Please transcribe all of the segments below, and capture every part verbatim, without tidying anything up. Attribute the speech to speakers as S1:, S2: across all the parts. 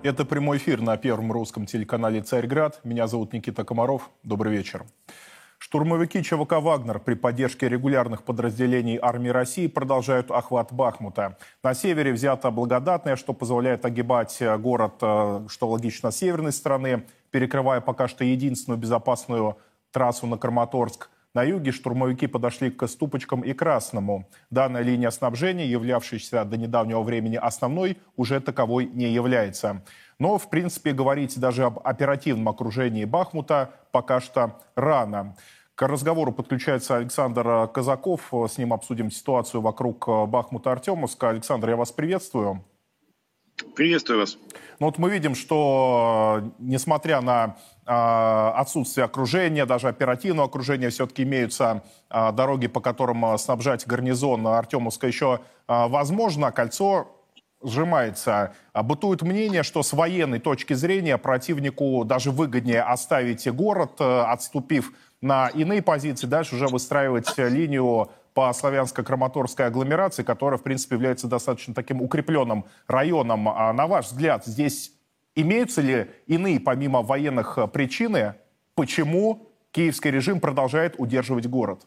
S1: Это прямой эфир на Первом русском телеканале «Царьград». Меня зовут Никита Комаров. Добрый вечер. Штурмовики ЧВК «Вагнер» при поддержке регулярных подразделений армии России продолжают охват Бахмута. На севере взято Благодатное, что позволяет огибать город, что логично, с северной стороны, перекрывая пока что единственную безопасную трассу на Краматорск. На юге штурмовики подошли к Ступочкам и Красному. Данная линия снабжения, являвшаяся до недавнего времени основной, уже таковой не является. Но, в принципе, говорить даже об оперативном окружении Бахмута пока что рано. К разговору подключается Александр Казаков. С ним обсудим ситуацию вокруг Бахмута-Артемовска. Александр, я вас приветствую.
S2: Приветствую вас.
S1: Ну вот мы видим, что несмотря на э, отсутствие окружения, даже оперативного окружения, все-таки имеются э, дороги, по которым снабжать гарнизон Артемовска еще э, возможно. Кольцо сжимается. Бытует мнение, что с военной точки зрения противнику даже выгоднее оставить город, э, отступив на иные позиции, дальше уже выстраивать линию по славянско-краматорской агломерации, которая, в принципе, является достаточно таким укрепленным районом. А на ваш взгляд, здесь имеются ли иные, помимо военных, причины, почему киевский режим продолжает удерживать город?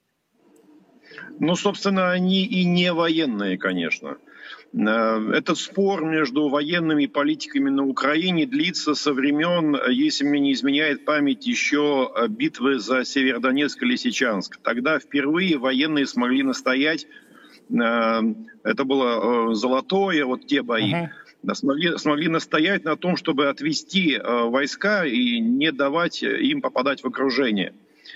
S2: Ну, собственно, они и не военные, конечно. Этот спор между военными и политиками на Украине длится со времен, если мне не изменяет память, еще битвы за Северодонецк и Лисичанск. Тогда впервые военные смогли настоять, это было золотое, вот те бои, uh-huh. смогли, смогли настоять на том, чтобы отвести войска и не давать им попадать в окружение.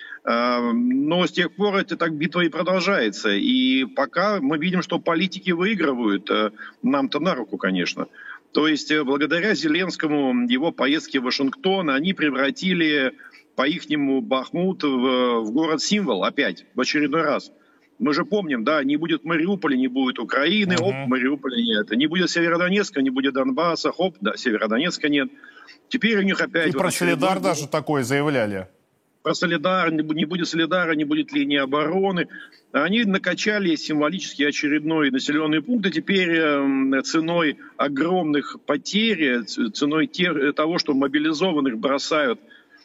S2: Но с тех пор эта так битва и продолжается. И пока мы видим, что политики выигрывают, нам-то на руку, конечно. То есть благодаря Зеленскому, его поездке в Вашингтон, они превратили по-ихнему Бахмут в, в город-символ опять, в очередной раз. Мы же помним, да, не будет Мариуполя, не будет Украины, uh-huh. оп, Мариуполя нет. Не будет Северодонецка, не будет Донбасса, хоп, да, Северодонецка нет. Теперь у них опять...
S1: И вот про Солидар даже такое заявляли.
S2: Про Солидар, не будет Солидара, не будет линии обороны. Они накачали символически очередной населенный пункт, и теперь ценой огромных потерь, ценой того, что мобилизованных бросают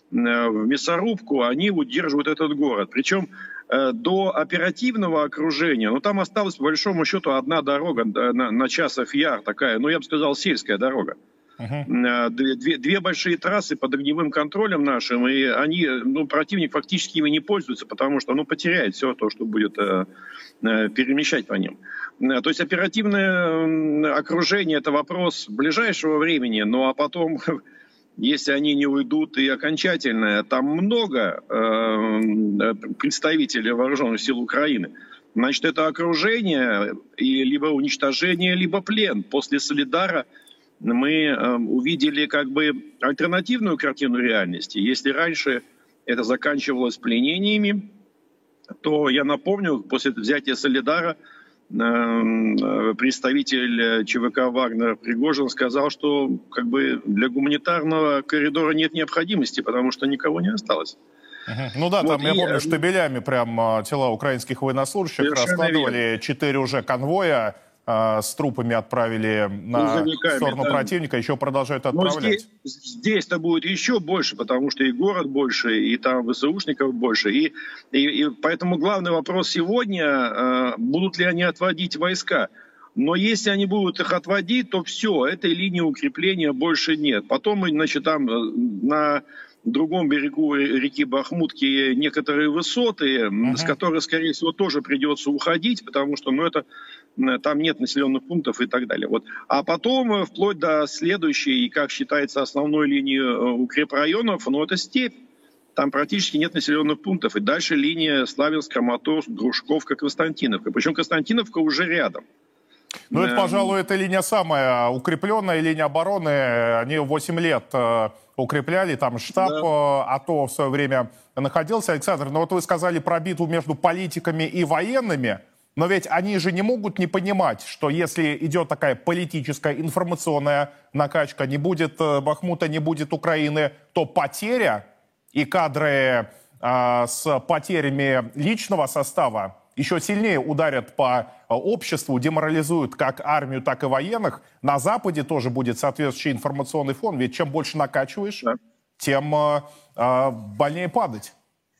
S2: в мясорубку, они удерживают этот город. Причем до оперативного окружения, ну там осталась по большому счету одна дорога на, на Часов Яр, такая, ну я бы сказал, сельская дорога. Uh-huh. Две, две большие трассы под огневым контролем нашим, и они, ну, противник фактически ими не пользуется, потому что, ну, потеряет все то, что будет э, э, перемещать по ним. То есть оперативное окружение – это вопрос ближайшего времени, ну, а потом, если они не уйдут и окончательно, там много э, представителей вооруженных сил Украины. Значит, это окружение, и либо уничтожение, либо плен. После Солидара мы э, увидели как бы альтернативную картину реальности. Если раньше это заканчивалось пленениями, то, я напомню, после взятия Солидара э, представитель ЧВК «Вагнер» Пригожин сказал, что как бы для гуманитарного коридора нет необходимости, потому что никого не осталось.
S1: Угу. Ну да, вот там, и, я помню, штабелями прям тела украинских военнослужащих раскладывали, четыре уже конвоя с трупами отправили на сторону да. противника, еще продолжают отправлять.
S2: Здесь-то будет еще больше, потому что и город больше, и там ВСУшников больше. И, и, и поэтому главный вопрос сегодня, будут ли они отводить войска. Но если они будут их отводить, то все, этой линии укрепления больше нет. Потом, значит, там на другом берегу реки Бахмутки некоторые высоты, uh-huh. с которых, скорее всего, тоже придется уходить, потому что ну, это, там нет населенных пунктов и так далее. Вот. А потом, вплоть до следующей, как считается, основной линии укрепрайонов, ну, это степь. Там практически нет населенных пунктов. И дальше линия Славянск, Краматорск, Дружковка, Константиновка. Причем Константиновка уже рядом.
S1: Ну, это, пожалуй, эта линия самая укрепленная, линия обороны. Они восемь лет э, укрепляли, там штаб да. э, АТО в свое время находился. Александр, ну вот вы сказали про битву между политиками и военными, но ведь они же не могут не понимать, что если идет такая политическая, информационная накачка, не будет э, Бахмута, не будет Украины, то потеря и кадры э, с потерями личного состава еще сильнее ударят по обществу, деморализуют как армию, так и военных. На Западе тоже будет соответствующий информационный фон, ведь чем больше накачиваешь, да. тем э, больнее падать.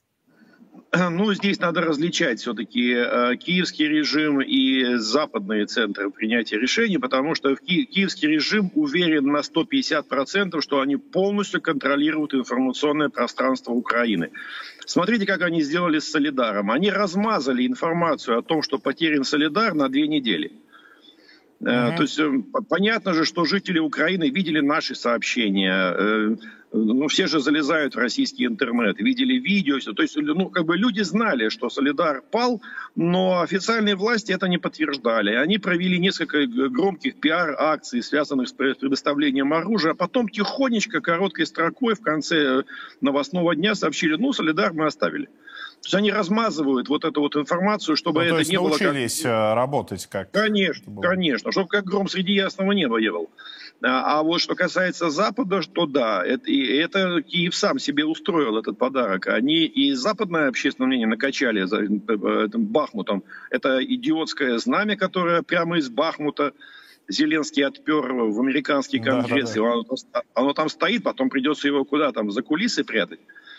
S2: Ну, здесь надо различать все-таки э, киевский режим и западные центры принятия решений, потому что в ки киевский режим уверен на сто пятьдесят процентов, что они полностью контролируют информационное пространство Украины. Смотрите, как они сделали с Солидаром. Они размазали информацию о том, что потерян Солидар, на две недели. Mm-hmm. То есть понятно же, что жители Украины видели наши сообщения. Ну, все же залезают в российский интернет, видели видео. То есть, ну, как бы люди знали, что Солидар пал, но официальные власти это не подтверждали. Они провели несколько громких пиар-акций, связанных с предоставлением оружия, а потом тихонечко, короткой строкой в конце новостного дня сообщили: ну, Солидар мы оставили. То есть они размазывают вот эту вот информацию, чтобы ну, это не было...
S1: То есть научились как... работать как...
S2: Конечно, конечно, чтобы как гром среди ясного неба не был. А, а вот что касается Запада, то да, это, и это Киев сам себе устроил этот подарок. Они и западное общественное мнение накачали за этим Бахмутом. Это идиотское знамя, которое прямо из Бахмута Зеленский отпер в американский Конгресс. Да, да, да. Оно, оно там стоит, потом придется его куда там, за кулисы прятать.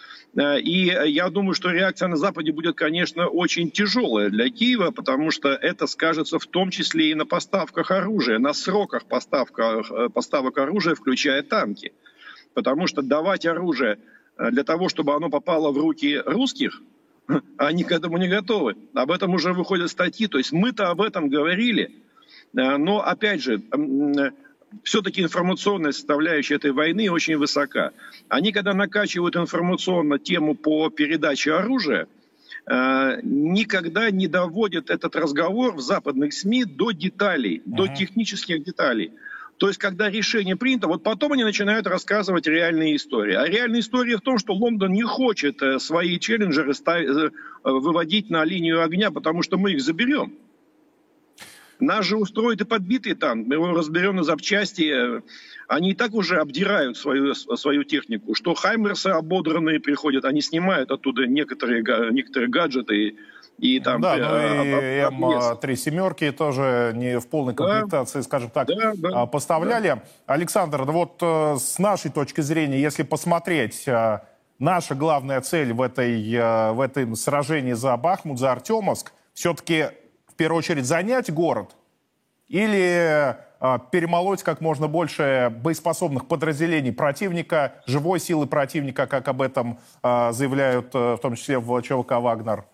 S2: И я думаю, что реакция на Западе будет, конечно, очень тяжелая для Киева, потому что это скажется в том числе и на поставках оружия, на сроках поставка, поставок оружия, включая танки. Потому что давать оружие для того, чтобы оно попало в руки русских, они к этому не готовы. Об этом уже выходят статьи. То есть мы-то об этом говорили, но, опять же... все-таки информационная составляющая этой войны очень высока. Они, когда накачивают информационно тему по передаче оружия, э, никогда не доводят этот разговор в западных СМИ до деталей, uh-huh. до технических деталей. То есть, когда решение принято, вот потом они начинают рассказывать реальные истории. А реальная история в том, что Лондон не хочет свои челленджеры ставить, выводить на линию огня, потому что мы их заберем. Нас же устроит и подбитый танк, мы его разберем на запчасти. Они и так уже обдирают свою, свою технику. Что хаймерсы ободранные приходят, они снимают оттуда некоторые, некоторые гаджеты. И там,
S1: да, ну и эм три семерки тоже не в полной комплектации, да, скажем так, да, да, поставляли. Да. Александр, вот с нашей точки зрения, если посмотреть, наша главная цель в, этой, в этом сражении за Бахмут, за Артемовск, все-таки... в первую очередь занять город или а, перемолоть как можно больше боеспособных подразделений противника, живой силы противника, как об этом а, заявляют а, в том числе в ЧВК «Вагнер»?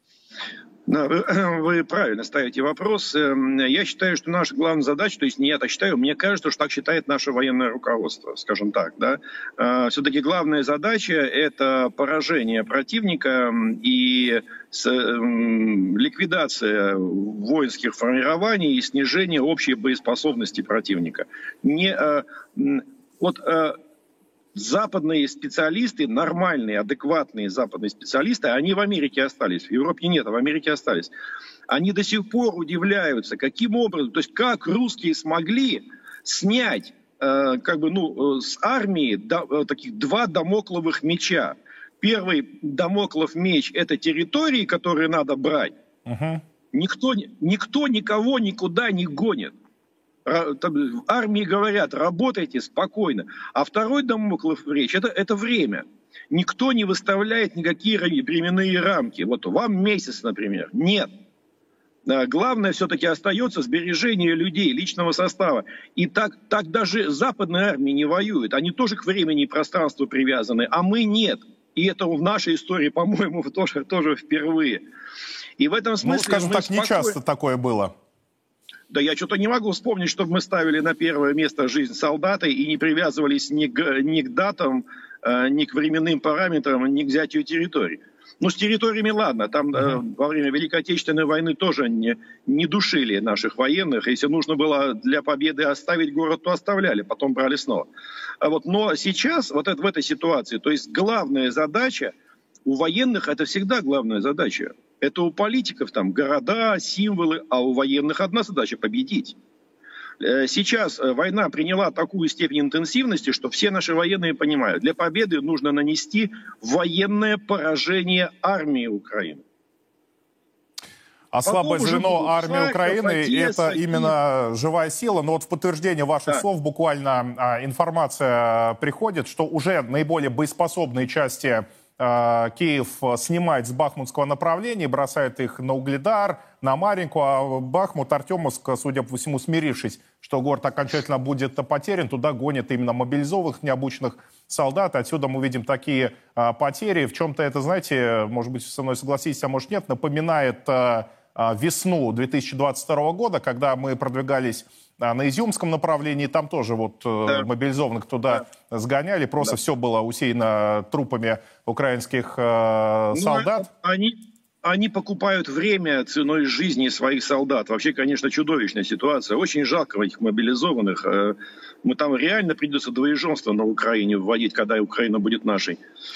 S2: Вы, вы правильно ставите вопрос. Я считаю, что наша главная задача, то есть не я так считаю, мне кажется, что так считает наше военное руководство, скажем так. Да? Все-таки главная задача – это поражение противника и ликвидация воинских формирований и снижение общей боеспособности противника. Не, вот, западные специалисты, нормальные, адекватные западные специалисты, они в Америке остались, в Европе нет, а в Америке остались. Они до сих пор удивляются, каким образом, то есть как русские смогли снять э, как бы, ну, с армии до, таких два дамокловых меча. Первый дамоклов меч – это территории, которые надо брать. Uh-huh. Никто, никто никого никуда не гонит. В армии говорят, работайте спокойно. А второй дамоклов меч это, это время. Никто не выставляет никакие временные рамки. Вот вам месяц, например. Нет. Главное все-таки остается сбережение людей, личного состава. И так, так даже западные армии не воюют. Они тоже к времени и пространству привязаны, а мы нет. И это в нашей истории, по-моему, тоже, тоже впервые. И в этом смысле...
S1: Ну, скажем так, спокойно... не часто такое было.
S2: Да я что-то не могу вспомнить, чтобы мы ставили на первое место жизнь солдата и не привязывались ни к, ни к датам, ни к временным параметрам, ни к взятию территорий. Ну, с территориями ладно, там uh-huh. во время Великой Отечественной войны тоже не, не душили наших военных. Если нужно было для победы оставить город, то оставляли, потом брали снова. А вот, но сейчас, вот это, в этой ситуации, то есть главная задача у военных, это всегда главная задача. Это у политиков там города, символы, а у военных одна задача – победить. Сейчас война приняла такую степень интенсивности, что все наши военные понимают, для победы нужно нанести военное поражение армии Украины.
S1: А слабое звено армии Украины – это
S2: Одесса,
S1: именно Киев. Живая сила. Но вот в подтверждение ваших да. слов буквально а, информация приходит, что уже наиболее боеспособные части а, Киев снимает с бахмутского направления, бросает их на Угледар, на Маринку, а Бахмут, Артемовск, судя по всему, смирившись, что город окончательно будет потерян, туда гонят именно мобилизованных, необученных солдат. Отсюда мы видим такие а, потери. В чем-то это, знаете, может быть, со мной согласитесь, а может нет, напоминает а, а, весну две тысячи двадцать второго года, когда мы продвигались а, на Изюмском направлении, там тоже вот да. мобилизованных туда да. сгоняли, просто да. все было усеяно трупами украинских а, солдат.
S2: Ну, они... Они покупают время ценой жизни своих солдат. Вообще, конечно, чудовищная ситуация. Очень жалко этих мобилизованных. Мы там реально придется двоеженство на Украине вводить, когда Украина будет нашей.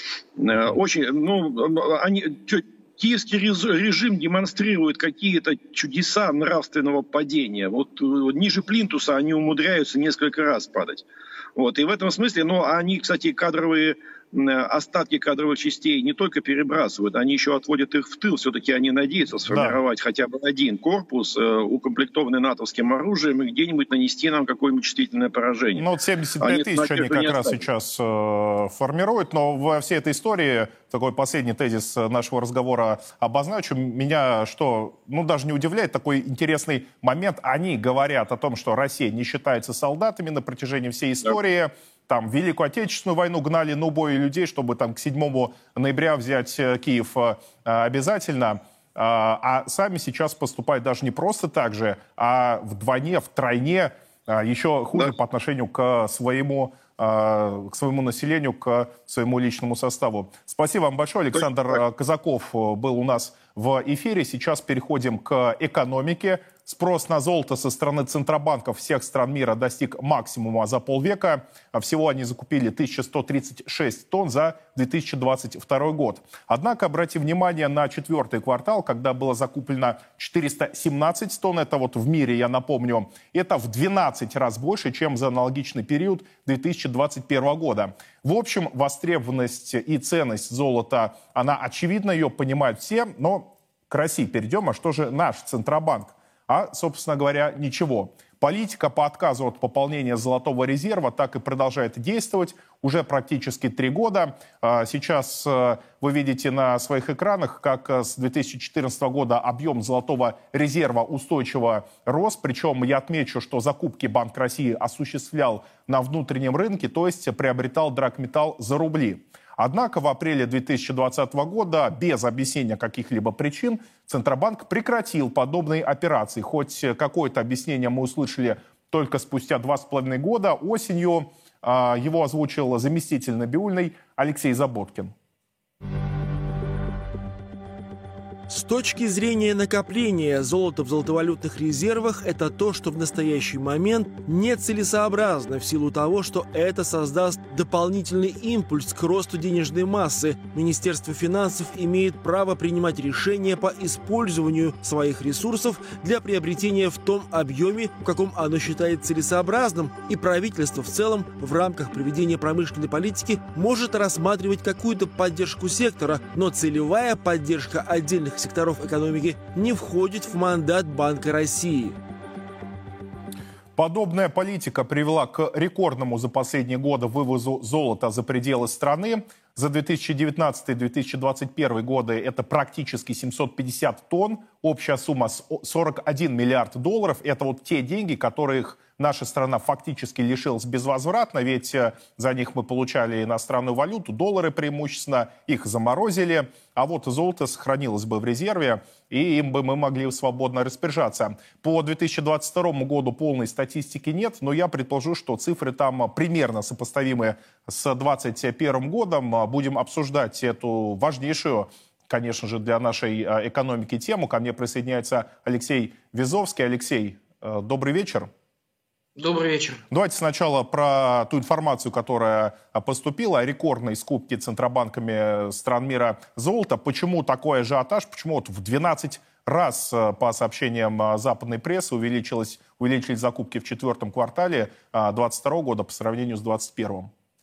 S2: Очень, ну, они... Киевский режим демонстрирует какие-то чудеса нравственного падения. Вот ниже плинтуса они умудряются несколько раз падать. Вот. И в этом смысле, ну, они, кстати, кадровые... остатки кадровых частей не только перебрасывают, они еще отводят их в тыл. Все-таки они надеются сформировать да. хотя бы один корпус, э, укомплектованный натовским оружием, и где-нибудь нанести нам какое-нибудь чувствительное поражение.
S1: Ну, вот семьдесят пять тысяч они как раз сейчас э, формируют, но во всей этой истории, такой последний тезис нашего разговора обозначу, меня что, ну, даже не удивляет такой интересный момент. Они говорят о том, что Россия не считается солдатами на протяжении всей истории. Да. Там Великую Отечественную войну гнали на убой людей, чтобы там к седьмому ноября взять Киев а, обязательно. А, а сами сейчас поступают даже не просто так же, а вдвойне, втройне, а, еще хуже да. по отношению к своему, а, к своему населению, к своему личному составу. Спасибо вам большое. Александр Казаков был у нас в эфире. Сейчас переходим к экономике. Спрос на золото со стороны центробанков всех стран мира достиг максимума за полвека. Всего они закупили тысячу сто тридцать шесть тонн за две тысячи двадцать второй год. Однако обратите внимание на четвертый квартал, когда было закуплено четыреста семнадцать тонн. Это вот в мире, я напомню, это в двенадцать раз больше, чем за аналогичный период две тысячи двадцать первого года. В общем, востребованность и ценность золота, она очевидна, ее понимают все. Но к России перейдем. А что же наш Центробанк? А, собственно говоря, ничего. Политика по отказу от пополнения золотого резерва так и продолжает действовать уже практически три года. Сейчас вы видите на своих экранах, как с две тысячи четырнадцатого года объем золотого резерва устойчиво рос. Причем я отмечу, что закупки Банк России осуществлял на внутреннем рынке, то есть приобретал драгметалл за рубли. Однако в апреле две тысячи двадцатого года без объяснения каких-либо причин Центробанк прекратил подобные операции. Хоть какое-то объяснение мы услышали только спустя два с половиной года. Осенью э, его озвучил заместитель Набиуллиной Алексей Заботкин.
S3: С точки зрения накопления золота в золотовалютных резервах, это то, что в настоящий момент нецелесообразно в силу того, что это создаст дополнительный импульс к росту денежной массы. Министерство финансов имеет право принимать решения по использованию своих ресурсов для приобретения в том объеме, в каком оно считает целесообразным, и правительство в целом в рамках проведения промышленной политики может рассматривать какую-то поддержку сектора, но целевая поддержка отдельных секторов экономики не входит в мандат Банка России.
S1: Подобная политика привела к рекордному за последние годы вывозу золота за пределы страны. За две тысячи девятнадцатый — две тысячи двадцать первый годы это практически семьсот пятьдесят тонн. Общая сумма сорок один миллиард долларов. Это вот те деньги, которых наша страна фактически лишилась безвозвратно, ведь за них мы получали иностранную валюту, доллары преимущественно, их заморозили, а вот золото сохранилось бы в резерве, и им бы мы могли свободно распоряжаться. По две тысячи двадцать второму году полной статистики нет, но я предположу, что цифры там примерно сопоставимы с две тысячи двадцать первым годом. Будем обсуждать эту важнейшую, конечно же, для нашей экономики тему. Ко мне присоединяется Алексей Вязовский. Алексей, добрый вечер.
S4: Добрый вечер.
S1: Давайте сначала про ту информацию, которая поступила о рекордной скупке центробанками стран мира золота. Почему такой ажиотаж? Почему вот в двенадцать раз, по сообщениям западной прессы, увеличилось, увеличились закупки в четвертом квартале две тысячи двадцать второго года по сравнению с две тысячи двадцать первым?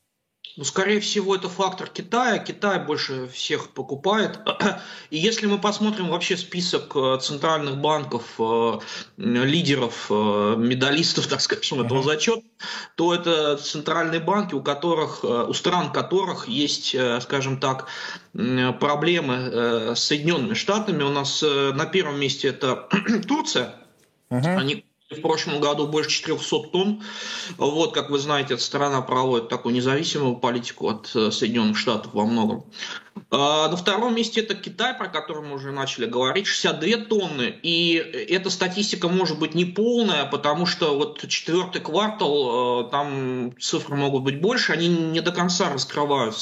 S4: Ну, скорее всего, это фактор Китая. Китай больше всех покупает. И если мы посмотрим вообще список центральных банков, лидеров, медалистов, так скажем, этого uh-huh. зачета, то это центральные банки, у которых, у стран которых есть, скажем так, проблемы с Соединенными Штатами. У нас на первом месте это Турция. Uh-huh. Они в прошлом году больше четырехсот тонн. Вот, как вы знаете, эта страна проводит такую независимую политику от Соединенных Штатов во многом. На втором месте это Китай, про который мы уже начали говорить, шестьдесят две тонны. И эта статистика может быть неполная, потому что вот четвертый квартал, там цифры могут быть больше, они не до конца раскрывают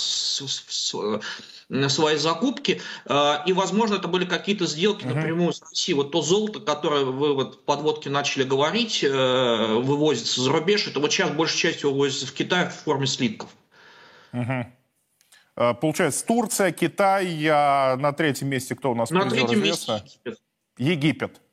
S4: свои закупки, и, возможно, это были какие-то сделки uh-huh. напрямую с Россией. Вот то золото, которое вы вот в подводке начали говорить, вывозится за рубеж, это вот сейчас большей частью вывозится в Китай в форме слитков.
S1: Uh-huh. Получается, Турция, Китай, а на третьем месте кто у нас?
S4: На третьем месте Египет.
S1: Египет.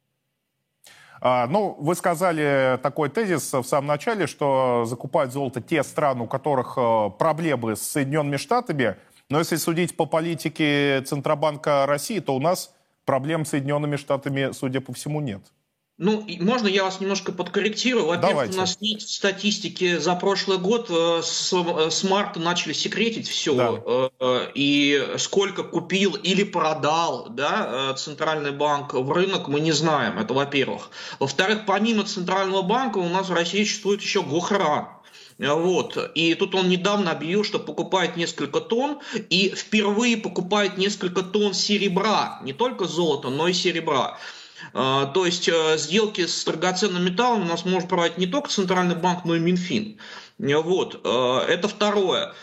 S1: А, ну, вы сказали такой тезис в самом начале, что закупают золото те страны, у которых проблемы с Соединенными Штатами. Но если судить по политике Центробанка России, то у нас проблем с Соединенными Штатами, судя по всему, нет.
S4: Ну, можно я вас немножко подкорректирую? Во-первых, Давайте. У нас нет статистики за прошлый год. С, с марта начали секретить все. Да. И сколько купил или продал, да, Центральный банк в рынок, мы не знаем. Это во-первых. Во-вторых, помимо Центрального банка у нас в России существует еще Гохран. Вот. И тут он недавно объявил, что покупает несколько тонн и впервые покупает несколько тонн серебра. Не только золота, но и серебра. То есть сделки с драгоценным металлом у нас может проводить не только Центральный банк, но и Минфин. Вот. Это второе.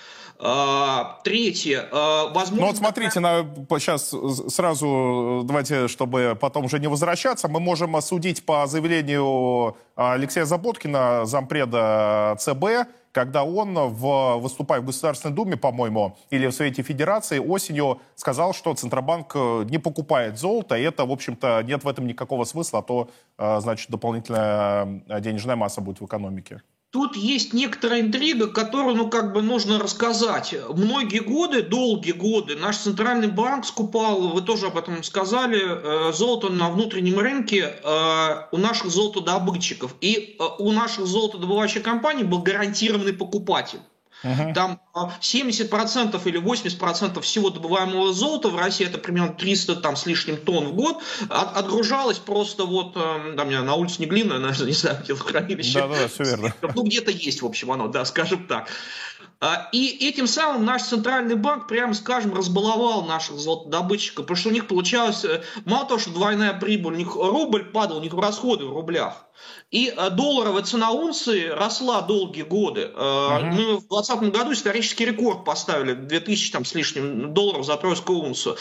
S4: Третье. Возможно...
S1: Ну вот смотрите, на, сейчас сразу, давайте, чтобы потом уже не возвращаться, мы можем осудить по заявлению Алексея Заботкина, зампреда ЦБ, когда он, в, выступая в Государственной Думе, по-моему, или в Совете Федерации, осенью сказал, что Центробанк не покупает золото, и это, в общем-то, нет в этом никакого смысла, а то, значит, дополнительная денежная масса будет в экономике.
S4: Тут есть некоторая интрига, которую, ну, как бы нужно рассказать. Многие годы, долгие годы, наш Центральный банк скупал, вы тоже об этом сказали, золото на внутреннем рынке у наших золотодобытчиков. И у наших золотодобывающих компаний был гарантированный покупатель. Uh-huh. Там семьдесят процентов или восемьдесят процентов всего добываемого золота в России, это примерно триста там, с лишним тонн в год, от, отгружалось просто вот, там, на улице Неглинная, наверное, не знаю, где в хранилище.
S1: Да-да, все верно.
S4: Ну, где-то есть, в общем, оно, да, скажем так. И этим самым наш Центральный банк, прямо скажем, разбаловал наших золотодобытчиков, потому что у них получалось, мало того, что двойная прибыль, у них рубль падал, у них расходы в рублях. И долларовая цена унции росла долгие годы. Uh-huh. Мы в двадцатом году исторический рекорд поставили, две тысячи там, с лишним долларов за тройскую унцию.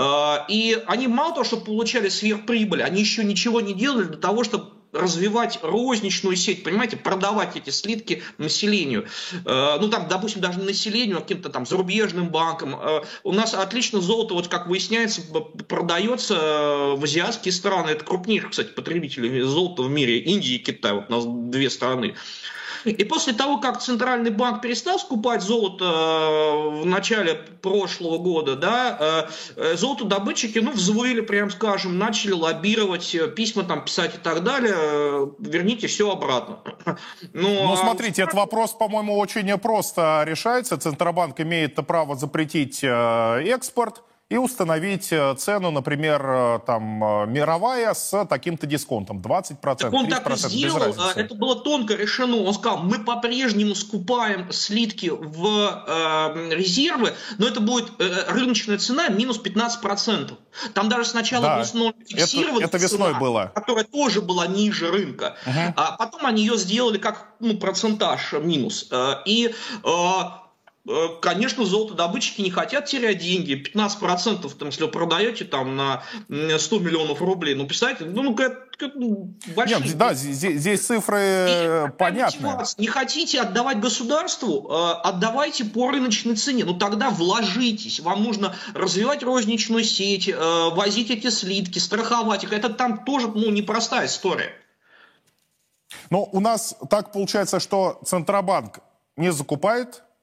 S4: И они мало того, что получали сверхприбыль, они еще ничего не делали для того, чтобы развивать розничную сеть, понимаете, продавать эти слитки населению. Ну, там, допустим, даже не населению, а каким-то там зарубежным банкам. У нас отлично золото, вот как выясняется, продается в азиатские страны. Это крупнейшие, кстати, потребители золота в мире. Индия и Китай, вот у нас две страны. И после того, как Центральный банк перестал скупать золото в начале прошлого года, да, золотодобытчики, ну, взвыли, прям скажем, начали лоббировать, письма там писать и так далее, верните все обратно.
S1: Но, ну, смотрите, а... этот вопрос, по-моему, очень просто решается. Центробанк имеет право запретить экспорт и установить цену, например, там, мировая с таким-то дисконтом, двадцать процентов,
S4: тридцать процентов. Так он так и сделал, это было тонко решено. Он сказал, мы по-прежнему скупаем слитки в э, резервы, но это будет э, рыночная цена минус пятнадцать процентов. Там даже сначала
S1: да,
S4: весной фиксирована
S1: это, это весной
S4: цена,
S1: было.
S4: Которая тоже была ниже рынка. Uh-huh. А потом они ее сделали как, ну, процентаж минус. И... Э, Конечно, золотодобытчики не хотят терять деньги. пятнадцать процентов, там, если вы продаете там, на сто миллионов рублей, ну, представляете, ну, ну как, как, большие.
S1: Нет, да, здесь, здесь цифры понятны.
S4: Не хотите отдавать государству, отдавайте по рыночной цене. Ну, тогда вложитесь. Вам нужно развивать розничную сеть, возить эти слитки, страховать их. Это там тоже, ну, непростая история.
S1: Но у нас так получается, что Центробанк не закупает,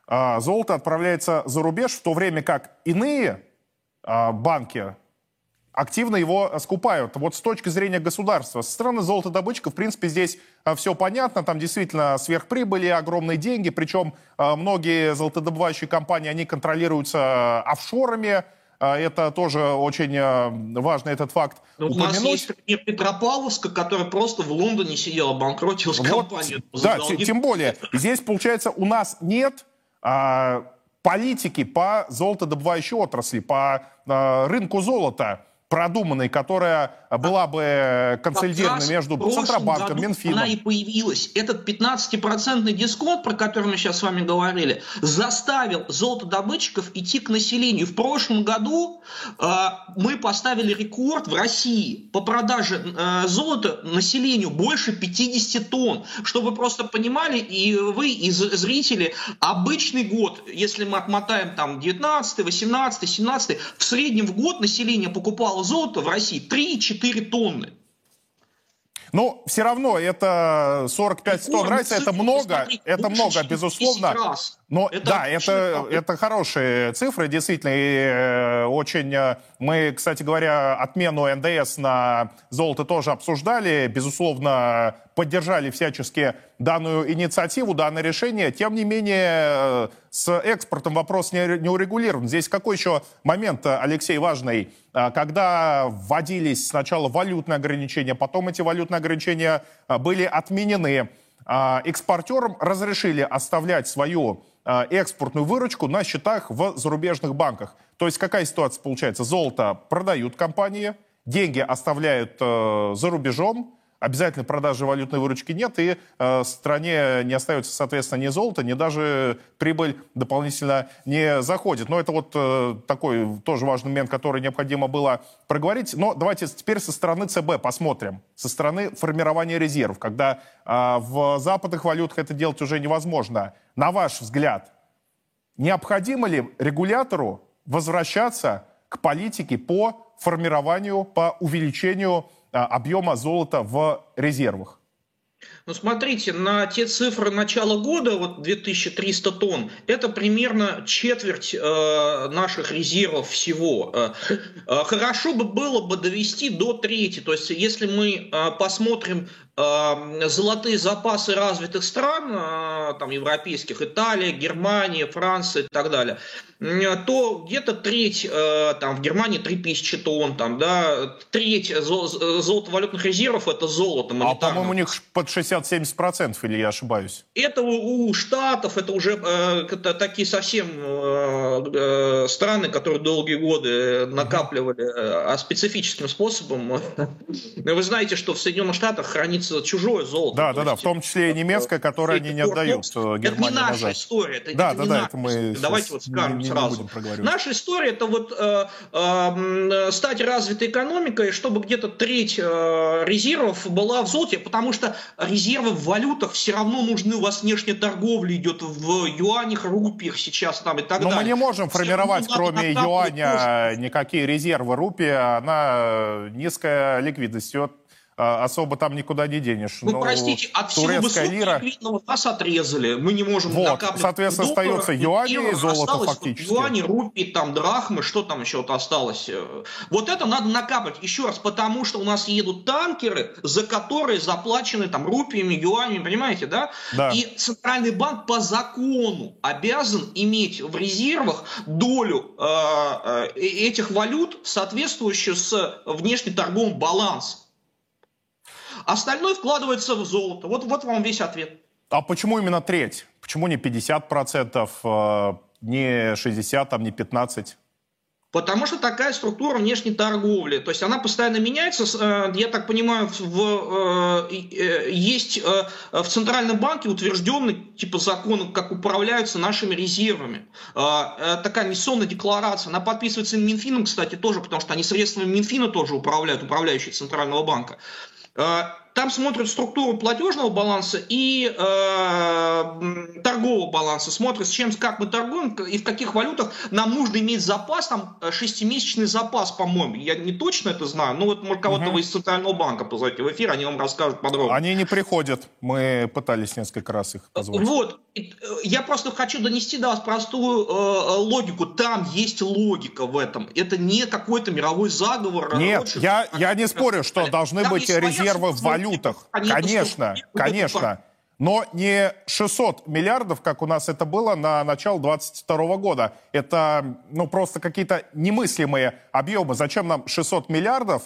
S1: золото отправляется за рубеж, в то время как иные банки активно его скупают. Вот с точки зрения государства, со стороны золотодобытчика, в принципе, здесь все понятно. Там действительно сверхприбыли, огромные деньги. Причем многие золотодобывающие компании, они контролируются офшорами. Это тоже очень важно, этот факт
S4: Но
S1: упомянуть.
S4: У нас есть пример Петропавловска, который просто в Лондоне сидел, обанкротилась
S1: вот,
S4: компания.
S1: Да, тем более. Здесь, получается, у нас нет а, политики по золотодобывающей отрасли, по а, рынку золота продуманной, которая была бы консолидирована между Центробанком, Минфином.
S4: Она и появилась. Этот пятнадцатипроцентный дисконт, про который мы сейчас с вами говорили, заставил золотодобытчиков идти к населению. В прошлом году э, мы поставили рекорд в России по продаже э, золота населению больше пятидесяти тонн. Чтобы вы просто понимали, и вы, и зрители, обычный год, если мы отмотаем там девятнадцатый, восемнадцатый, семнадцатый, в среднем в год население покупало золото в России три-четыре тонны.
S1: Но все равно это сорок пять тонн разница, это много, это много, безусловно. Но это да, это, это хорошие цифры, действительно. И очень мы, кстати говоря, отмену эн дэ эс на золото тоже обсуждали, безусловно, поддержали всячески данную инициативу, данное решение. Тем не менее, с экспортом вопрос не, не урегулирован. Здесь какой еще момент, Алексей, важный? Когда вводились сначала валютные ограничения, потом эти валютные ограничения были отменены, экспортерам разрешили оставлять свою экспортную выручку на счетах в зарубежных банках. То есть какая ситуация получается? Золото продают компании, деньги оставляют за рубежом, обязательной продажи валютной выручки нет, и э, стране не остается, соответственно, ни золота, ни даже прибыль дополнительно не заходит. Но это вот э, такой тоже важный момент, который необходимо было проговорить. Но давайте теперь со стороны цэ бэ посмотрим, со стороны формирования резервов, когда э, в западных валютах это делать уже невозможно. На ваш взгляд, необходимо ли регулятору возвращаться к политике по формированию, по увеличению объема золота в резервах?
S4: Ну, смотрите, на те цифры начала года, вот две тысячи триста тонн, это примерно четверть э, наших резервов всего. Э, э, хорошо бы было бы довести до трети. То есть, если мы э, посмотрим э, золотые запасы развитых стран, э, там, европейских, Италия, Германия, Франция и так далее, э, то где-то треть, э, там, в Германии три тысячи тонн, там, да, треть зол- золотовалютных резервов это золото монетарное.
S1: А, по-моему, у них под шестьдесят-семьдесят процентов, или я ошибаюсь?
S4: Это у, у Штатов, это уже э, это такие совсем э, э, страны, которые долгие годы накапливали э, специфическим способом. Вы знаете, что в Соединенных Штатах хранится чужое золото.
S1: Да, да, да, в том числе и немецкое, которое они не отдают Германии назад.
S4: Это не наша история. Это,
S1: да,
S4: это
S1: да,
S4: не
S1: да,
S4: наша
S1: это мы
S4: история. Давайте вот скажем
S1: не, не
S4: сразу. Наша история это вот э, э, стать развитой экономикой, чтобы где-то треть э, резервов была в золоте, потому что резервы в валютах все равно нужны, у вас внешняя торговля идет в юанях, рупиях сейчас там и так
S1: Но
S4: далее.
S1: Но мы не можем формировать, кроме юаня, никакие резервы. Рупия, она низкая ликвидность, ее особо там никуда не денешь.
S4: Ну, простите, от всего высоколиквидного нас отрезали. Мы не можем
S1: вот,
S4: накапливать.
S1: Соответственно, доллар, остается юани и золото осталось, фактически.
S4: Юани, рупии, там, драхмы, что там еще вот осталось. Вот это надо накапать. Еще раз, потому что у нас едут танкеры, за которые заплачены там рупиями, юанями, понимаете, да?
S1: Да.
S4: И Центральный банк по закону обязан иметь в резервах долю э, э, этих валют, соответствующую с внешнеторговым балансом. Остальное вкладывается в золото. Вот, вот вам весь ответ.
S1: А почему именно треть? Почему не пятьдесят процентов, не шестьдесят процентов, там, не пятнадцать процентов?
S4: Потому что такая структура внешней торговли. То есть она постоянно меняется. Я так понимаю, в, есть в Центральном банке утвержденный типа закон, как управляются нашими резервами. Такая инвестиционная декларация. Она подписывается Минфином, кстати, тоже, потому что они средствами Минфина тоже управляют, управляющие Центрального банка. там смотрят структуру платежного баланса и э, торгового баланса. Смотрят, с чем, как мы торгуем и в каких валютах нам нужно иметь запас, там шестимесячный запас, по-моему. Я не точно это знаю, но вот может кого-то угу. вы из Центрального банка позовите в эфир, они вам расскажут подробно.
S1: Они не приходят, мы пытались несколько раз их позвать.
S4: Вот, я просто хочу донести до вас простую э, логику. Там есть логика в этом. Это не какой-то мировой заговор.
S1: Нет, я, я не спорю, что должны быть резервы в валютах. Конечно, конечно. Но не шестьсот миллиардов, как у нас это было на начало двадцать второго года. Это ну, просто какие-то немыслимые объемы. Зачем нам шестьсот миллиардов,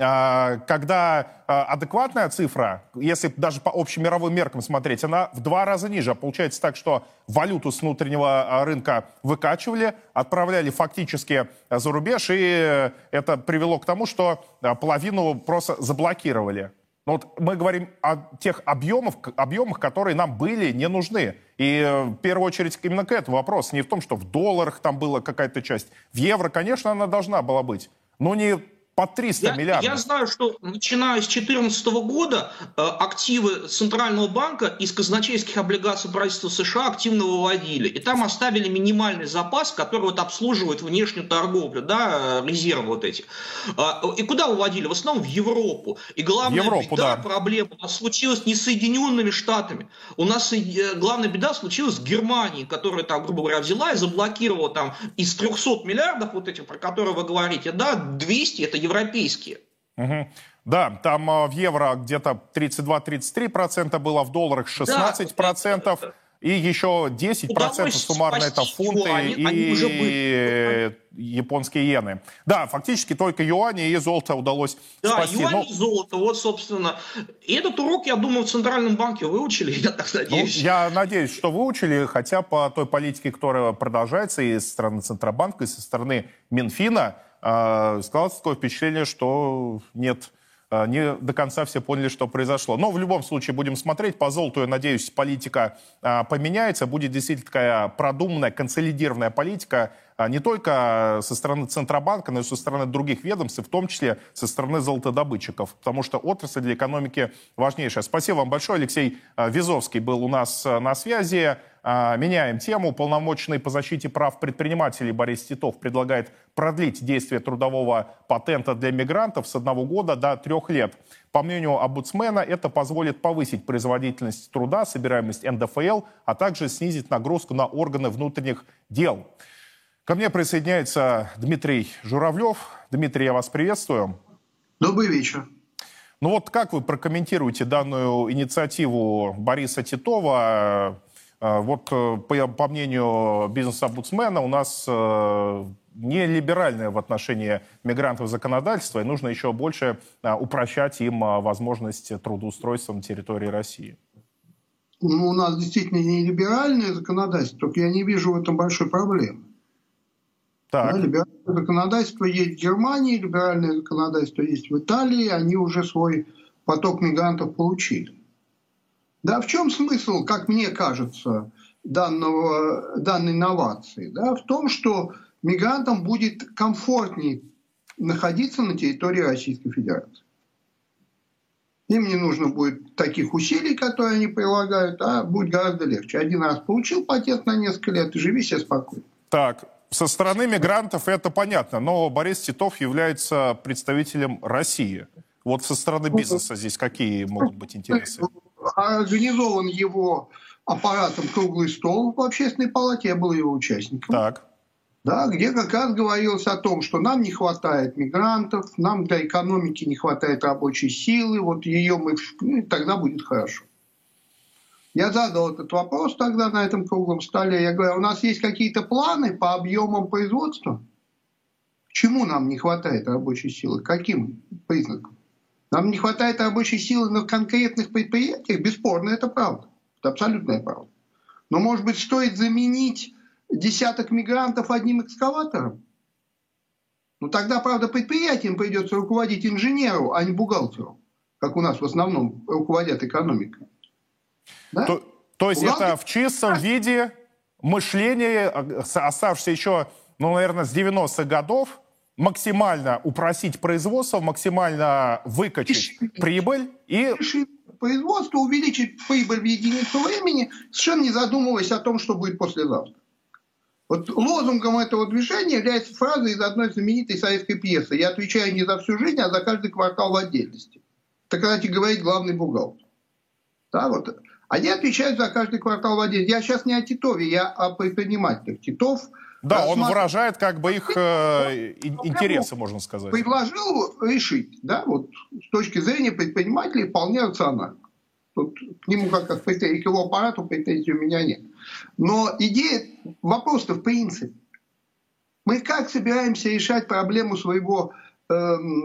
S1: когда адекватная цифра, если даже по общемировым меркам смотреть, она в два раза ниже. Получается так, что валюту с внутреннего рынка выкачивали, отправляли фактически за рубеж, и это привело к тому, что половину просто заблокировали. Но вот мы говорим о тех объемах, объемах, которые нам были не нужны. И в первую очередь именно к этому вопрос. Не в том, что в долларах там была какая-то часть. В евро, конечно, она должна была быть. Но не по триста
S4: я,
S1: миллиардов.
S4: Я знаю, что начиная с две тысячи четырнадцатого года э, активы Центрального банка из казначейских облигаций правительства США активно выводили. И там оставили минимальный запас, который вот обслуживает внешнюю торговлю, да, резервы вот эти. Э, и куда выводили? В основном в Европу. И главная
S1: Европу,
S4: беда,
S1: да.
S4: проблема у нас случилась не с Соединенными Штатами. У нас э, главная беда случилась с Германией, которая там, грубо говоря, взяла и заблокировала там из трехсот миллиардов вот этих, про которые вы говорите, да, двести это европейские.
S1: Угу. Да, там э, в евро где-то тридцать два - тридцать три процента было, в долларах шестнадцать процентов, да, и еще десять процентов суммарно это фунты и японские иены. Да, фактически только юани и золото удалось
S4: да,
S1: спасти.
S4: Да, юани
S1: но...
S4: и золото, вот, собственно. И этот урок, я думаю, в Центральном банке выучили, я так надеюсь.
S1: Ну, я надеюсь, что выучили, хотя по той политике, которая продолжается и со стороны Центробанка, и со стороны Минфина, складывается такое впечатление, что нет, не до конца все поняли, что произошло. Но в любом случае будем смотреть. По золоту, я надеюсь, политика поменяется. Будет действительно такая продуманная, консолидированная политика не только со стороны Центробанка, но и со стороны других ведомств, в том числе со стороны золотодобытчиков. Потому что отрасль для экономики важнейшая. Спасибо вам большое. Алексей Визовский был у нас на связи. Меняем тему. Уполномоченный по защите прав предпринимателей Борис Титов предлагает продлить действие трудового патента для мигрантов с одного года до трех лет. По мнению омбудсмена, это позволит повысить производительность труда, собираемость эн дэ эф эл, а также снизить нагрузку на органы внутренних дел. Ко мне присоединяется Дмитрий Журавлев. Дмитрий, я вас приветствую.
S5: Добрый вечер.
S1: Ну вот как вы прокомментируете данную инициативу Бориса Титова? Вот, по, по мнению бизнес-омбудсмена, у нас э, не либеральное в отношении мигрантов законодательство, и нужно еще больше э, упрощать им э, возможность трудоустройства на территории России.
S5: Ну, у нас действительно не либеральное законодательство, только я не вижу в этом большой проблемы. Да, либеральное законодательство есть в Германии, либеральное законодательство есть в Италии, они уже свой поток мигрантов получили. Да, в чем смысл, как мне кажется, данного, данной инновации? Да, в том, что мигрантам будет комфортнее находиться на территории Российской Федерации. Им не нужно будет таких усилий, которые они прилагают, а будет гораздо легче. Один раз получил патент на несколько лет и живи себе спокойно.
S1: Так, со стороны мигрантов это понятно, но Борис Титов является представителем России. Вот со стороны бизнеса здесь какие могут быть интересы?
S5: Организован его аппаратом круглый стол в Общественной палате, я был его участником.
S1: Так.
S5: Да, где как раз говорилось о том, что нам не хватает мигрантов, нам для экономики не хватает рабочей силы, вот ее мы, ну, тогда будет хорошо. Я задал этот вопрос тогда на этом круглом столе. Я говорю, у нас есть какие-то планы по объемам производства? Чему нам не хватает рабочей силы? Каким признакам? Нам не хватает рабочей силы на конкретных предприятиях? Бесспорно, это правда. Это абсолютная правда. Но, может быть, стоит заменить десяток мигрантов одним экскаватором? Ну, тогда, правда, предприятием придется руководить инженеру, а не бухгалтеру, как у нас в основном руководят экономикой. Да?
S1: То, то есть Бухгалтер... это в чистом виде мышление, оставшееся еще, ну, наверное, с девяностых годов, максимально упростить производство, максимально выкачать прибыль и...
S5: Производство, увеличить прибыль в единицу времени, совершенно не задумываясь о том, что будет послезавтра. Вот лозунгом этого движения является фраза из одной знаменитой советской пьесы: «Я отвечаю не за всю жизнь, а за каждый квартал в отдельности». Это, кстати, говорит главный бухгалтер. Да, вот. Они отвечают за каждый квартал в отдельности. Я сейчас не о Титове, я о предпринимателях. Титов...
S1: Да,
S5: рассматр...
S1: он выражает как бы их э, интересы, можно сказать.
S5: Предложил решить, да, вот с точки зрения предпринимателей вполне рационально. Тут к нему, как к его аппарату, претензий у меня нет. Но идея, вопрос-то в принципе. Мы как собираемся решать проблему своего э,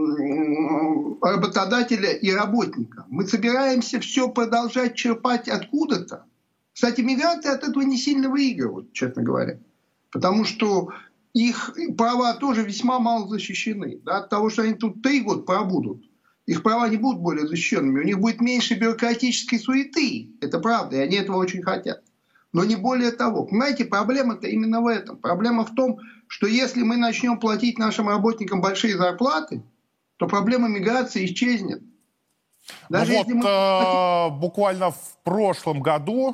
S5: работодателя и работника? Мы собираемся все продолжать черпать откуда-то? Кстати, мигранты от этого не сильно выигрывают, честно говоря. Потому что их права тоже весьма мало защищены. Да? От того, что они тут три года пробудут, их права не будут более защищенными. У них будет меньше бюрократической суеты. Это правда, и они этого очень хотят. Но не более того. Понимаете, проблема-то именно в этом. Проблема в том, что если мы начнем платить нашим работникам большие зарплаты, то проблема миграции исчезнет.
S1: Даже ну вот мы... э, буквально в прошлом году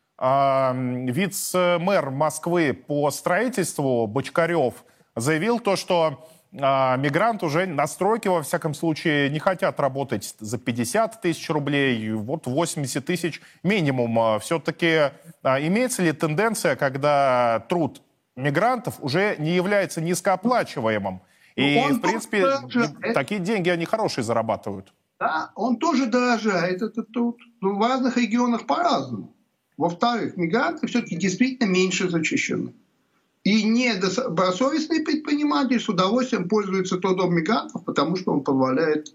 S1: э, вице-мэр Москвы по строительству Бочкарев заявил то, что э, мигранты уже на стройке, во всяком случае, не хотят работать за пятьдесят тысяч рублей, вот восемьдесят тысяч минимум. Все-таки э, имеется ли тенденция, когда труд мигрантов уже не является низкооплачиваемым? И, в принципе, дорожает. Такие деньги они хорошие зарабатывают.
S5: Да, он тоже дорожает этот труд. Но в разных регионах по-разному. Во-вторых, мигранты все-таки действительно меньше защищены. И недобросовестные предприниматели с удовольствием пользуются трудом мигрантов, потому что он позволяет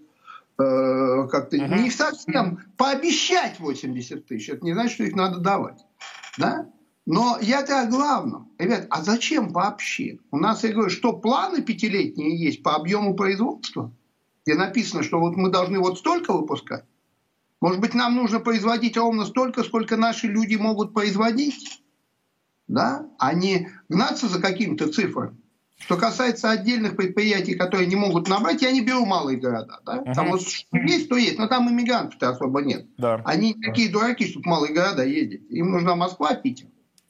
S5: э, как-то uh-huh. не совсем пообещать восемьдесят тысяч. Это не значит, что их надо давать. Да? Но я-то о главном. Ребят, а зачем вообще? У нас, я говорю, что планы пятилетние есть по объему производства, где написано, что вот мы должны вот столько выпускать. Может быть, нам нужно производить ровно столько, сколько наши люди могут производить, да? А не гнаться за какими-то цифрами. Что касается отдельных предприятий, которые не могут набрать, я не беру малые города. Да? Там uh-huh. вот что есть, то есть, но там иммигрантов-то особо нет.
S1: Да.
S5: Они такие дураки, чтобы в малые города ездить. Им нужна Москва, Питер.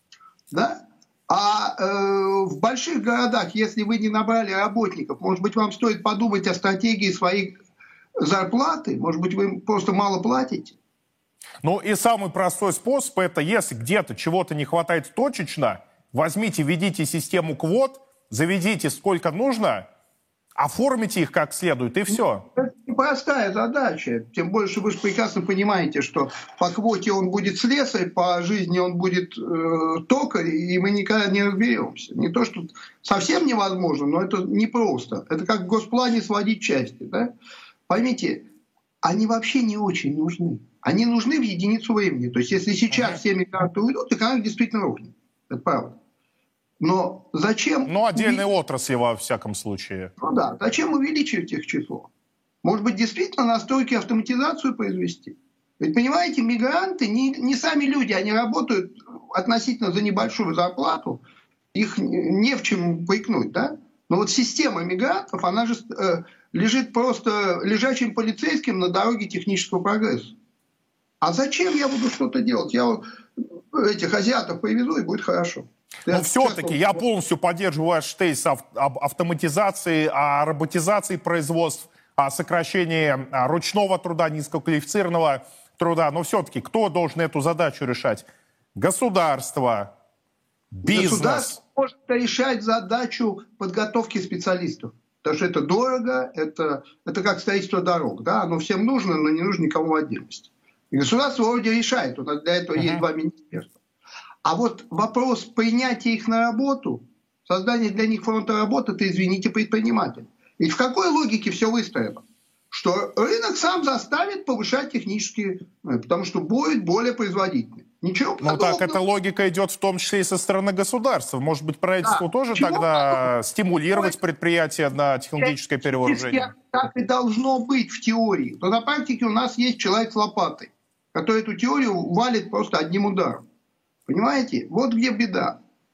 S5: Да? А э, в больших городах, если вы не набрали работников, может быть, вам стоит подумать о стратегии своей зарплаты, может быть, вы просто мало платите.
S1: Ну и самый простой способ — это если где-то чего-то не хватает точечно, возьмите, введите систему квот, заведите сколько нужно, оформите их как следует, и все.
S5: Это непростая задача. Тем больше вы же прекрасно понимаете, что по квоте он будет слесарь, по жизни он будет э, токарь, и мы никогда не разберемся. Не то, что совсем невозможно, но это непросто. Это как в госплане сводить части. Да? Поймите, они вообще не очень нужны. Они нужны в единицу времени. То есть, если сейчас все мигранты уйдут, экономика действительно рухнет. Это правда. Но зачем...
S1: Ну, отдельные увелич... отрасли, во всяком случае.
S5: Ну да, зачем увеличивать их число? Может быть, действительно настройки автоматизацию произвести? Ведь, понимаете, мигранты не, не сами люди, они работают относительно за небольшую зарплату, их не в чем поикнуть, да? Но вот система мигрантов, она же э, лежит просто лежачим полицейским на дороге технического прогресса. А зачем я буду что-то делать? Я этих азиатов привезу, и будет хорошо.
S1: Но все-таки я полностью поддерживаю ваш тезис об автоматизации, о роботизации производств, о сокращении ручного труда, низкоквалифицированного труда. Но все-таки кто должен эту задачу решать? Государство, бизнес.
S5: Государство может решать задачу подготовки специалистов. Потому что это дорого, это, это как строительство дорог. Да? Оно всем нужно, но не нужно никому в отдельности. И государство вроде решает. У нас для этого uh-huh. есть два министерства. А вот вопрос принятия их на работу, создания для них фронта работы, это, извините, предприниматель. Ведь в какой логике все выстроено? Что рынок сам заставит повышать технические, потому что будет более производительным. Ничего подобного.
S1: Ну так, эта логика идет в том числе и со стороны государства. Может быть, правительству да. тоже Чего тогда подобного? Стимулировать предприятия на технологическое перевооружение?
S5: Так и должно быть в теории. Но на практике у нас есть человек с лопатой, который эту теорию валит просто одним ударом. Понимаете? Вот где беда.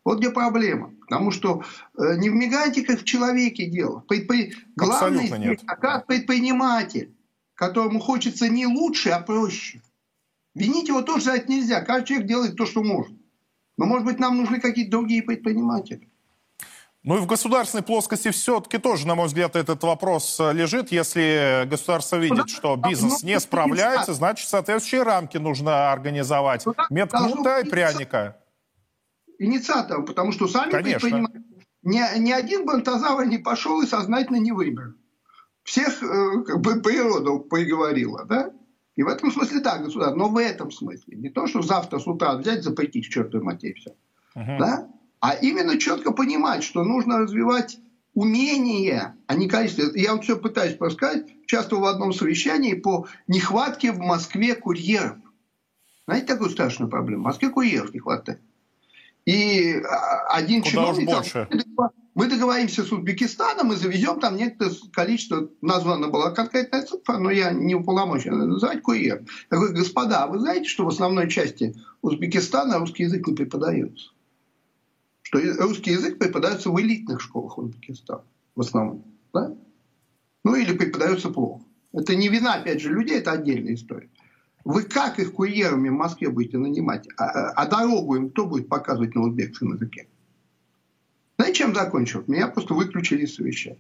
S5: Вот где проблема. Потому что э, не в мигранте, как в человеке дело. Предпри... Главное здесь, а как предприниматель, которому хочется не лучше, а проще. Винить его тоже за это нельзя. Каждый человек делает то, что может. Но, может быть, нам нужны какие-то другие предприниматели.
S1: Ну и в государственной плоскости все-таки тоже, на мой взгляд, этот вопрос лежит. Если государство видит, что бизнес не справляется, значит, соответствующие рамки нужно организовать. Метод кнута и пряника.
S5: Инициатором, потому что сами предприниматели... Ни, ни один бантазавр не пошел и сознательно не выбрал. Всех э, как бы природа приговорила, да? И в этом смысле да, государство. Но в этом смысле. Не то, что завтра с утра взять, запретить к чертовой матери все. Uh-huh. Да? А именно четко понимать, что нужно развивать умения, а не количество. Я вот все пытаюсь рассказать. Участвовал в одном совещании по нехватке в Москве курьеров. Знаете такую страшную проблему? В Москве курьеров не хватает. И один
S1: Куда
S5: чиновник сказал, мы договоримся с Узбекистаном и завезем там некоторое количество, названа была конкретная цифра, но я не уполномочен называть курьер. Я говорю, господа, а вы знаете, что в основной части Узбекистана русский язык не преподается? Что русский язык преподается в элитных школах Узбекистана в основном. Да? Ну или преподается плохо. Это не вина, опять же, людей, это отдельная история. Вы как их курьерами в Москве будете нанимать? А, а дорогу им кто будет показывать на узбекском языке? Знаете, чем закончил? Меня просто выключили из совещания.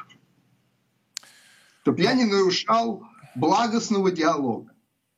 S5: Чтобы я не нарушал благостного диалога.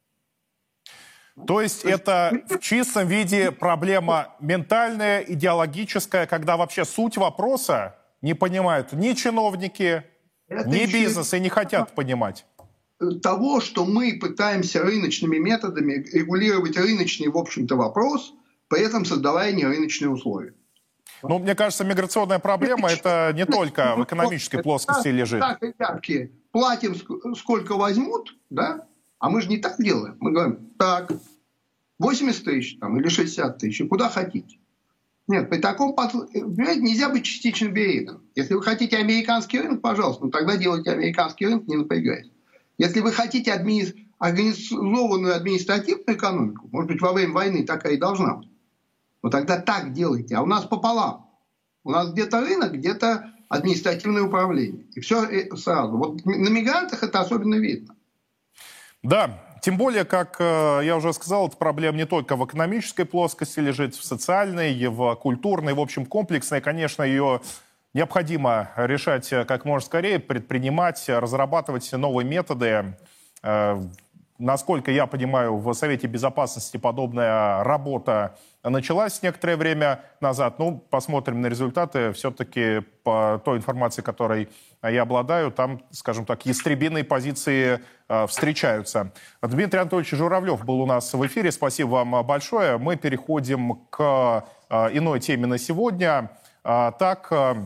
S1: То есть это в чистом виде проблема ментальная, идеологическая, когда вообще суть вопроса не понимают ни чиновники, это ни бизнес и не хотят понимать.
S5: Того, что мы пытаемся рыночными методами регулировать рыночный, в общем-то, вопрос, при этом создавая нерыночные условия.
S1: Ну, мне кажется, миграционная проблема это не только в экономической плоскости лежит.
S5: Так, ребятки, платим сколько возьмут, да? А мы же не так делаем. Мы говорим, так, восемьдесят тысяч там, или шестьдесят тысяч, куда хотите. Нет, при таком подходе нельзя быть частично беременным. Если вы хотите американский рынок, пожалуйста, ну тогда делайте американский рынок, не напрягаясь. Если вы хотите адми... организованную административную экономику, может быть, во время войны такая и должна быть, но тогда так делайте. А у нас пополам. У нас где-то рынок, где-то административное управление. И все сразу. Вот на мигрантах это особенно видно.
S1: Да, тем более, как я уже сказал, эта проблема не только в экономической плоскости лежит, в социальной, в культурной, в общем, комплексной. Конечно, ее необходимо решать как можно скорее, предпринимать, разрабатывать новые методы. Насколько я понимаю, в Совете Безопасности подобная работа началась некоторое время назад. Ну, посмотрим на результаты. Все-таки по той информации, которой я обладаю, там, скажем так, ястребиные позиции э, встречаются. Дмитрий Анатольевич Журавлев был у нас в эфире. Спасибо вам большое. Мы переходим к э, иной теме на сегодня. Э, так... Э,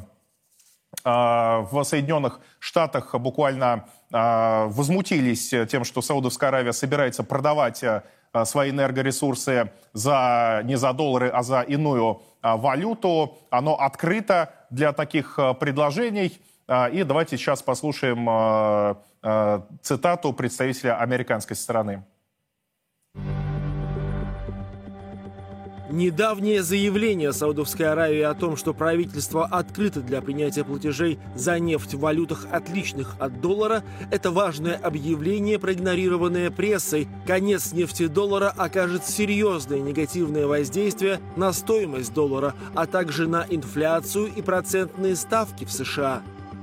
S1: в Соединенных Штатах буквально возмутились тем, что Саудовская Аравия собирается продавать свои энергоресурсы за, не за доллары, а за иную валюту. Оно открыто для таких предложений. И давайте сейчас послушаем цитату представителя американской стороны.
S3: Недавнее заявление Саудовской Аравии о том, что правительство открыто для принятия платежей за нефть в валютах, отличных от доллара, это важное объявление, проигнорированное прессой. Конец нефтедоллара окажет серьезное негативное воздействие на стоимость доллара, а также на инфляцию и процентные ставки в США.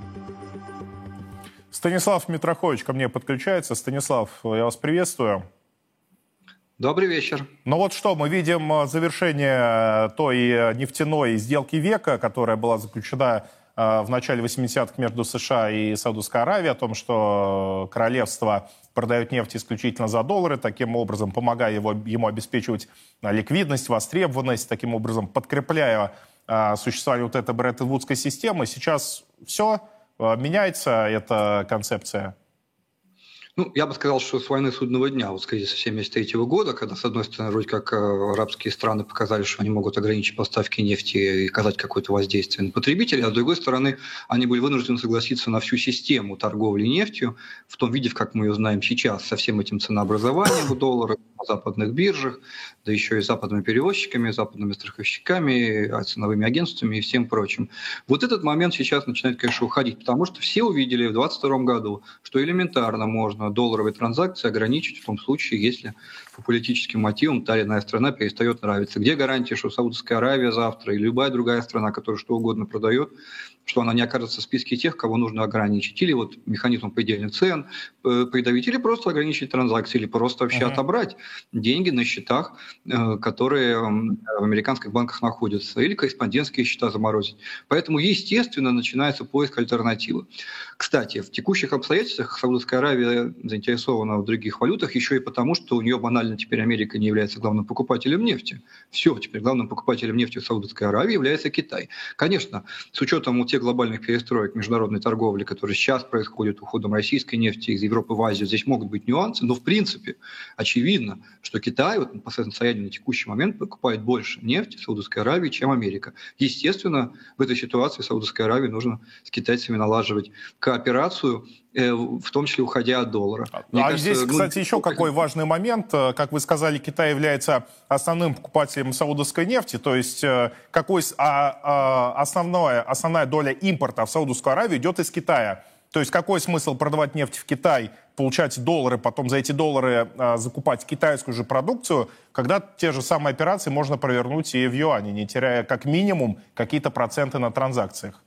S1: Станислав Митрохович ко мне подключается. Станислав, я вас приветствую.
S6: Добрый вечер.
S1: Ну вот что, мы видим завершение той нефтяной сделки века, которая была заключена в начале восьмидесятых между США и Саудовской Аравией, о том, что королевство продает нефть исключительно за доллары, таким образом помогая его, ему обеспечивать ликвидность, востребованность, таким образом подкрепляя существование вот этой Бреттон-Вудской системы. Сейчас все меняется, эта концепция?
S6: Ну, я бы сказал, что с войны судного дня, вот с кризиса семьдесят третьего года, когда, с одной стороны, вроде как арабские страны показали, что они могут ограничить поставки нефти и оказать какое-то воздействие на потребителей, а с другой стороны, они были вынуждены согласиться на всю систему торговли нефтью, в том виде, как мы ее знаем сейчас, со всем этим ценообразованием доллара, на западных биржах, да еще и западными перевозчиками, западными страховщиками, ценовыми агентствами и всем прочим. Вот этот момент сейчас начинает, конечно, уходить, потому что все увидели в двадцать втором году, что элементарно можно долларовые транзакции ограничить в том случае, если по политическим мотивам та или иная страна перестает нравиться. Где гарантия, что Саудовская Аравия завтра или любая другая страна, которая что угодно продает, что она не окажется в списке тех, кого нужно ограничить? Или вот механизм предельных цен э, придавить, или просто ограничить транзакции, или просто вообще uh-huh. отобрать деньги на счетах, э, которые э, в американских банках находятся, или корреспондентские счета заморозить. Поэтому, естественно, начинается поиск альтернативы. Кстати, в текущих обстоятельствах Саудовская Аравия заинтересована в других валютах еще и потому, что у нее банально теперь Америка не является главным покупателем нефти. Все, теперь главным покупателем нефти в Саудовской Аравии является Китай. Конечно, с учетом тех глобальных перестроек международной торговли, которые сейчас происходят уходом российской нефти из Европы в Азию, здесь могут быть нюансы, но в принципе очевидно, что Китай вот, по состоянию на текущий момент покупает больше нефти в Саудовской Аравии, чем Америка. Естественно, в этой ситуации Саудовской Аравии нужно с китайцами налаживать кооперацию, в том числе уходя от доллара.
S1: Мне а кажется, здесь, кстати, ну, еще какой важный момент. Как вы сказали, Китай является основным покупателем саудовской нефти, то есть какой, а, а, основная, основная доля импорта в Саудовскую Аравию идет из Китая. То есть какой смысл продавать нефть в Китай, получать доллары, потом за эти доллары а, закупать китайскую же продукцию, когда те же самые операции можно провернуть и в юане, не теряя как минимум какие-то проценты на транзакциях?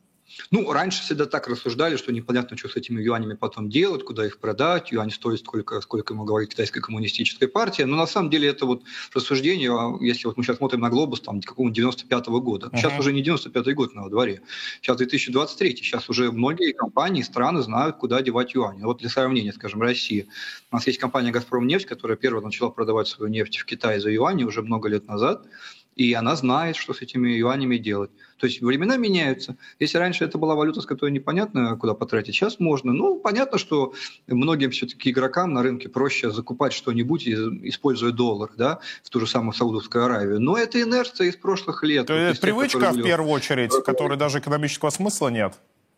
S6: Ну, раньше всегда так рассуждали, что непонятно, что с этими юанями потом делать, куда их продать, юань стоит сколько, сколько ему говорит китайская коммунистическая партия. Но на самом деле это вот рассуждение, если вот мы сейчас смотрим на глобус, там, какого-нибудь девяносто пятого года. Uh-huh. Сейчас уже не девяносто пятый год на дворе, сейчас две тысячи двадцать третий. Сейчас уже многие компании, страны знают, куда девать юани. Вот для сравнения, скажем, Россия. У нас есть компания «Газпромнефть», которая первая начала продавать свою нефть в Китае за юани уже много лет назад. И она знает, что с этими юанями делать. То есть времена меняются. Если раньше это была валюта, с которой непонятно, куда потратить, сейчас можно. Ну, понятно, что многим все-таки игрокам на рынке проще закупать что-нибудь, используя доллар, да, в ту же самую Саудовскую Аравию. Но это инерция из прошлых лет.
S1: То есть привычка, в первую очередь, в которой даже экономического смысла нет?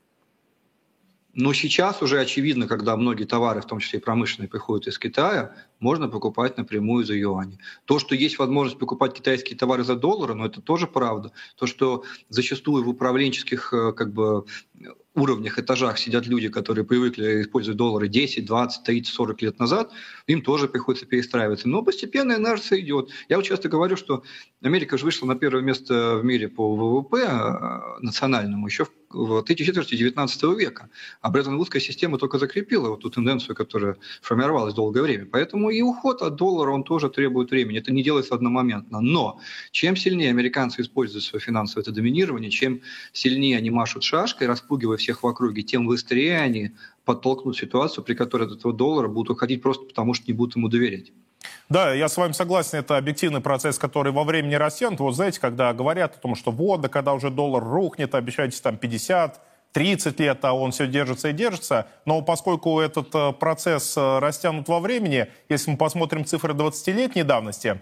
S6: Но сейчас уже очевидно, когда многие товары, в том числе и промышленные, приходят из Китая, можно покупать напрямую за юани. То, что есть возможность покупать китайские товары за доллары, но это тоже правда. То, что зачастую в управленческих как бы, уровнях, этажах сидят люди, которые привыкли использовать доллары десять, двадцать, тридцать, сорок лет назад, им тоже приходится перестраиваться. Но постепенно инерция идет. Я вот часто говорю, что Америка же вышла на первое место в мире по ВВП национальному еще в третьей четверти девятнадцатого века. А Бреттон-Вудская система только закрепила вот ту тенденцию, которая формировалась долгое время. Поэтому и уход от доллара, он тоже требует времени. Это не делается одномоментно. Но чем сильнее американцы используют свое финансовое это доминирование, чем сильнее они машут шашкой, распугивая всех в округе, тем быстрее они подтолкнут ситуацию, при которой от этого доллара будут уходить просто потому, что не будут ему доверять.
S1: Да, я с вами согласен, это объективный процесс, который во времени растет. Вот знаете, когда говорят о том, что вот, да когда уже доллар рухнет, обещаете там пятьдесят, тридцать лет, а он все держится и держится. Но поскольку этот процесс растянут во времени, если мы посмотрим цифры двадцатилетней давности,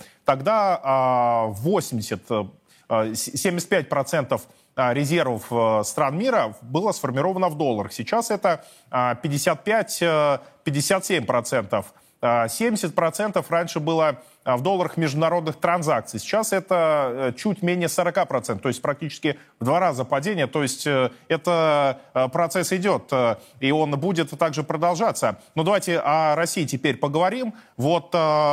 S1: тогда восемьдесят, семьдесят пять процентов резервов стран мира было сформировано в долларах. Сейчас это пятьдесят пять - пятьдесят семь процентов. семьдесят процентов раньше было в долларах международных транзакций. Сейчас это чуть менее сорок процентов, то есть практически в два раза падение. То есть это процесс идет, и он будет также продолжаться. Но давайте о России теперь поговорим. Вот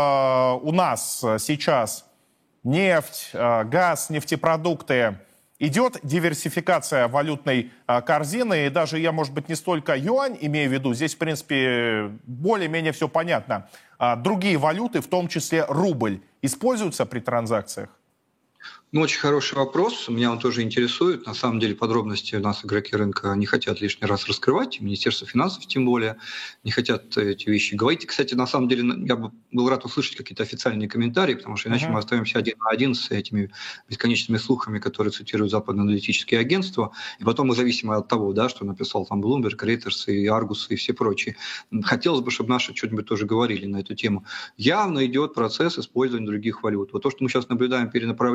S1: у нас сейчас нефть, газ, нефтепродукты. Идет диверсификация валютной а, корзины, и даже я, может быть, не столько юань имею в виду, здесь, в принципе, более-менее все понятно. А, другие валюты, в том числе рубль, используются при транзакциях?
S6: Ну, очень хороший вопрос, меня он тоже интересует. На самом деле подробности у нас игроки рынка не хотят лишний раз раскрывать, Министерство финансов тем более не хотят эти вещи говорить. Кстати, на самом деле я бы был рад услышать какие-то официальные комментарии, потому что иначе uh-huh. мы остаемся один на один с этими бесконечными слухами, которые цитируют западные аналитические агентства, и потом мы зависимы от того, да, что написал там Bloomberg, Reuters и Argus и все прочие. Хотелось бы, чтобы наши что-нибудь тоже говорили на эту тему. Явно идет процесс использования других валют. Вот то, что мы сейчас наблюдаем перенаправление экспорта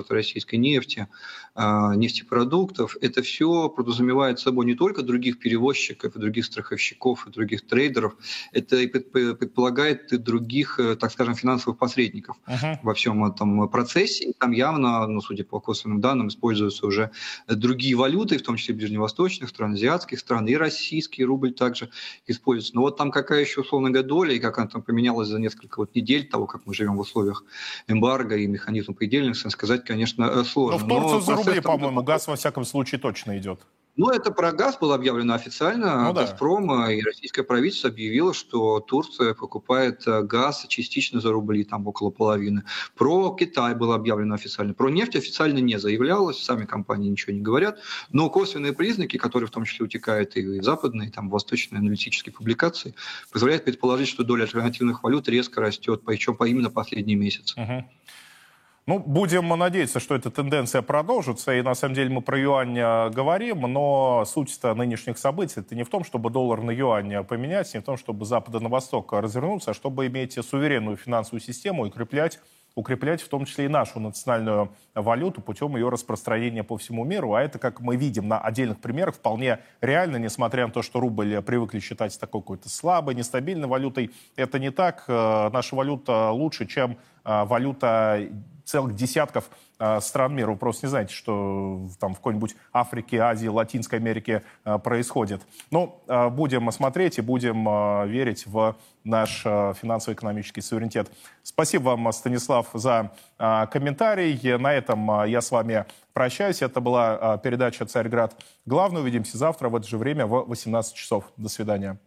S6: экспорта российской нефти, нефтепродуктов, это все подразумевает собой не только других перевозчиков, и других страховщиков, и других трейдеров, это и предполагает и других, так скажем, финансовых посредников uh-huh. во всем этом процессе. Там явно, ну, судя по косвенным данным, используются уже другие валюты, в том числе ближневосточных стран, азиатских стран, и российский рубль также используется. Но вот там какая еще, условно говоря, доля, и как она там поменялась за несколько вот недель того, как мы живем в условиях эмбарго и механизма предельности, сказать, конечно, сложно.
S1: Но в Турцию за рубли, по-моему, газ во всяком случае точно идет.
S6: Ну, это про газ было объявлено официально. Ну, да. «Газпром» и российское правительство объявило, что Турция покупает газ частично за рубли, там около половины. Про Китай было объявлено официально. Про нефть официально не заявлялось, сами компании ничего не говорят. Но косвенные признаки, которые в том числе утекают и в западные, там, в восточные аналитические публикации, позволяют предположить, что доля альтернативных валют резко растет, причем по именно последние месяцы.
S1: Угу. Ну, будем надеяться, что эта тенденция продолжится, и на самом деле мы про юань говорим, но суть-то нынешних событий это не в том, чтобы доллар на юань поменять, не в том, чтобы с запада на восток развернуться, а чтобы иметь суверенную финансовую систему и укреплять, укреплять в том числе и нашу национальную валюту путем ее распространения по всему миру. А это, как мы видим на отдельных примерах, вполне реально, несмотря на то, что рубль привыкли считать такой какой-то слабой, нестабильной валютой. Это не так. Наша валюта лучше, чем валюта целых десятков э, стран мира. Вы просто не знаете, что там в какой-нибудь Африке, Азии, Латинской Америке э, происходит. Но э, будем смотреть и будем э, верить в наш э, финансово-экономический суверенитет. Спасибо вам, Станислав, за э, комментарий. На этом э, я с вами прощаюсь. Это была э, передача «Царьград. Главное». Увидимся завтра в это же время в восемнадцать часов. До свидания.